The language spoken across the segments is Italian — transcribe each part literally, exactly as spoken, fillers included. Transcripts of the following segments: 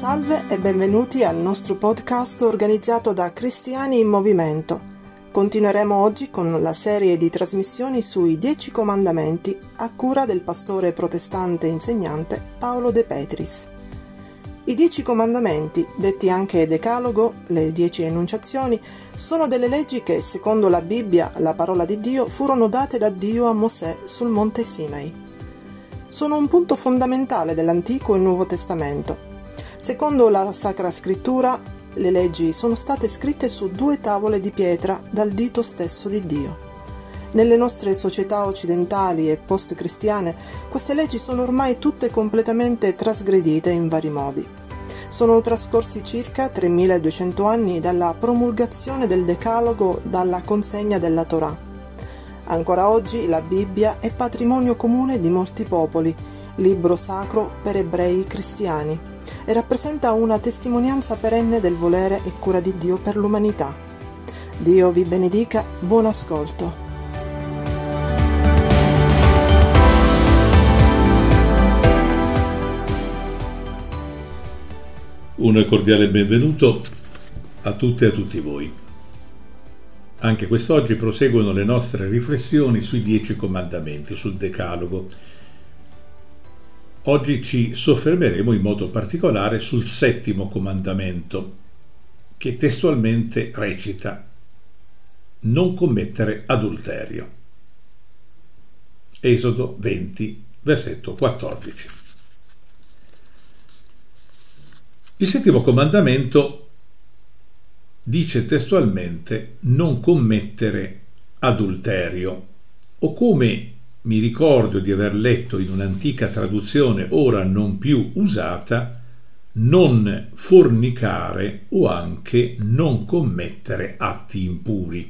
Salve e benvenuti al nostro podcast organizzato da Cristiani in Movimento. Continueremo oggi con la serie di trasmissioni sui Dieci Comandamenti a cura del pastore protestante e insegnante Paolo De Petris. I Dieci Comandamenti, detti anche Decalogo, le Dieci Enunciazioni, sono delle leggi che, secondo la Bibbia, la parola di Dio, furono date da Dio a Mosè sul monte Sinai. Sono un punto fondamentale dell'Antico e Nuovo Testamento. Secondo la Sacra Scrittura, le leggi sono state scritte su due tavole di pietra dal dito stesso di Dio. Nelle nostre società occidentali e post-cristiane, queste leggi sono ormai tutte completamente trasgredite in vari modi. Sono trascorsi circa tremiladuecento anni dalla promulgazione del Decalogo, dalla consegna della Torah. Ancora oggi la Bibbia è patrimonio comune di molti popoli, libro sacro per ebrei cristiani, e rappresenta una testimonianza perenne del volere e cura di Dio per l'umanità. Dio vi benedica, buon ascolto. Un cordiale benvenuto a tutte e a tutti voi. Anche quest'oggi proseguono le nostre riflessioni sui Dieci Comandamenti, sul Decalogo. Oggi ci soffermeremo in modo particolare sul settimo comandamento, che testualmente recita: non commettere adulterio. Esodo venti, versetto quattordici. Il settimo comandamento dice testualmente non commettere adulterio, o come mi ricordo di aver letto in un'antica traduzione ora non più usata, non fornicare o anche non commettere atti impuri.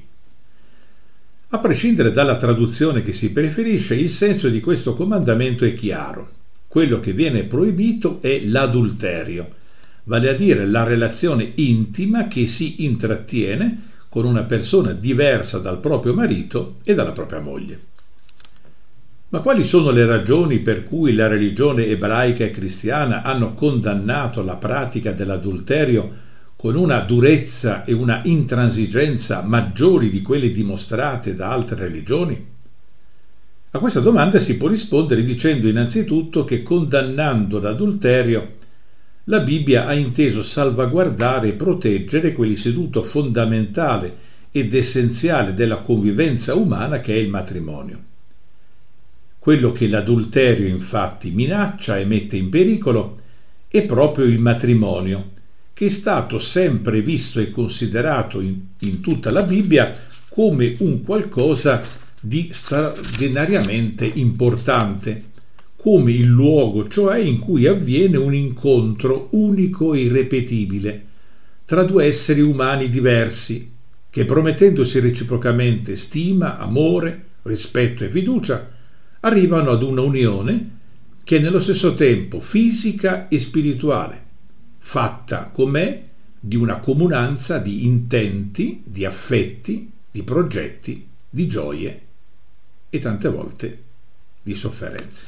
A prescindere dalla traduzione che si preferisce, il senso di questo comandamento è chiaro. Quello che viene proibito è l'adulterio, vale a dire la relazione intima che si intrattiene con una persona diversa dal proprio marito e dalla propria moglie. Ma quali sono le ragioni per cui la religione ebraica e cristiana hanno condannato la pratica dell'adulterio con una durezza e una intransigenza maggiori di quelle dimostrate da altre religioni? A questa domanda si può rispondere dicendo innanzitutto che, condannando l'adulterio, la Bibbia ha inteso salvaguardare e proteggere quell'istituto fondamentale ed essenziale della convivenza umana che è il matrimonio. Quello che l'adulterio infatti minaccia e mette in pericolo è proprio il matrimonio, che è stato sempre visto e considerato in, in tutta la Bibbia come un qualcosa di straordinariamente importante, come il luogo, cioè, in cui avviene un incontro unico e irripetibile tra due esseri umani diversi, che promettendosi reciprocamente stima, amore, rispetto e fiducia, arrivano ad una unione che è nello stesso tempo fisica e spirituale, fatta com'è di una comunanza di intenti, di affetti, di progetti, di gioie e tante volte di sofferenze.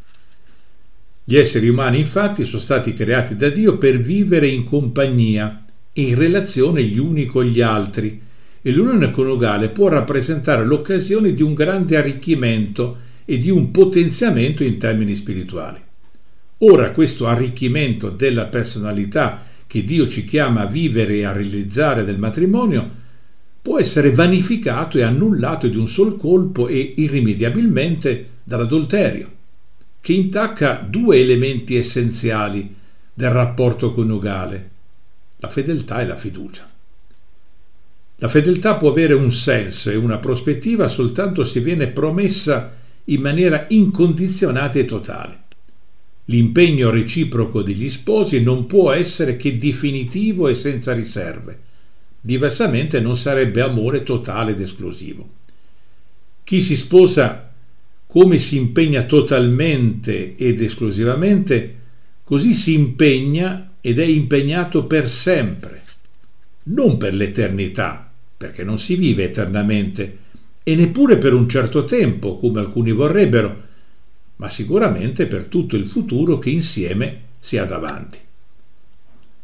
Gli esseri umani infatti sono stati creati da Dio per vivere in compagnia e in relazione gli uni con gli altri, e l'unione coniugale può rappresentare l'occasione di un grande arricchimento e di un potenziamento in termini spirituali. Ora questo arricchimento della personalità che Dio ci chiama a vivere e a realizzare del matrimonio può essere vanificato e annullato di un sol colpo e irrimediabilmente dall'adulterio, che intacca due elementi essenziali del rapporto coniugale: la fedeltà e la fiducia. La fedeltà può avere un senso e una prospettiva soltanto se viene promessa in maniera incondizionata e totale. L'impegno reciproco degli sposi non può essere che definitivo e senza riserve, diversamente non sarebbe amore totale ed esclusivo. Chi si sposa come si impegna totalmente ed esclusivamente, così si impegna ed è impegnato per sempre, non per l'eternità, perché non si vive eternamente, e neppure per un certo tempo, come alcuni vorrebbero, ma sicuramente per tutto il futuro che insieme si ha davanti.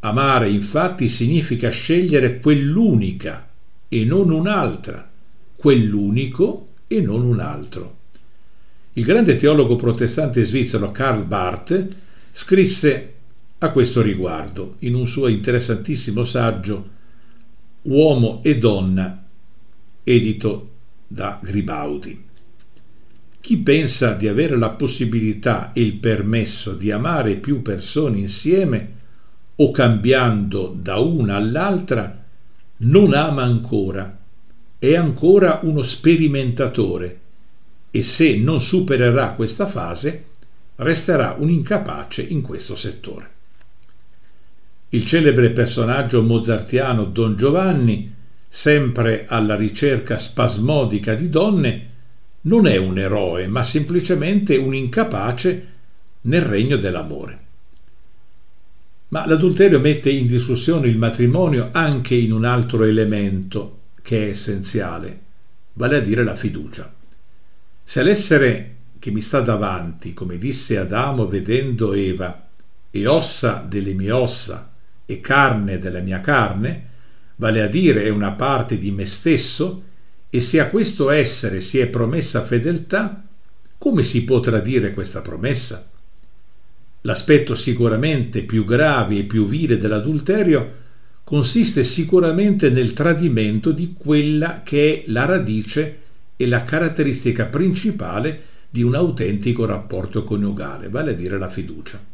Amare, infatti, significa scegliere quell'unica e non un'altra, quell'unico e non un altro. Il grande teologo protestante svizzero Karl Barth scrisse a questo riguardo in un suo interessantissimo saggio Uomo e donna, edito da Gribaudi. Chi pensa di avere la possibilità e il permesso di amare più persone insieme o cambiando da una all'altra non ama ancora, è ancora uno sperimentatore e se non supererà questa fase resterà un incapace in questo settore. Il celebre personaggio mozartiano Don Giovanni, sempre alla ricerca spasmodica di donne, non è un eroe, ma semplicemente un incapace nel regno dell'amore. Ma l'adulterio mette in discussione il matrimonio anche in un altro elemento che è essenziale, vale a dire la fiducia. Se l'essere che mi sta davanti, come disse Adamo vedendo Eva, è ossa delle mie ossa e carne della mia carne, vale a dire è una parte di me stesso, e se a questo essere si è promessa fedeltà, come si può tradire questa promessa? L'aspetto sicuramente più grave e più vile dell'adulterio consiste sicuramente nel tradimento di quella che è la radice e la caratteristica principale di un autentico rapporto coniugale, vale a dire la fiducia.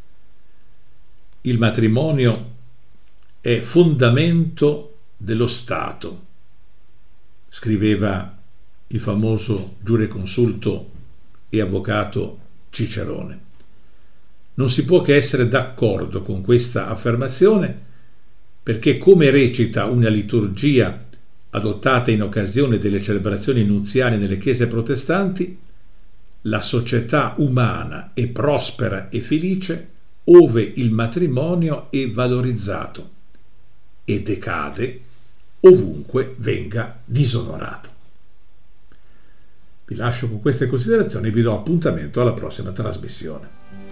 Il matrimonio è fondamento dello Stato, scriveva il famoso giureconsulto e avvocato Cicerone. Non si può che essere d'accordo con questa affermazione perché, come recita una liturgia adottata in occasione delle celebrazioni nuziali nelle chiese protestanti, la società umana è prospera e felice ove il matrimonio è valorizzato e decade ovunque venga disonorato. Vi lascio con queste considerazioni e vi do appuntamento alla prossima trasmissione.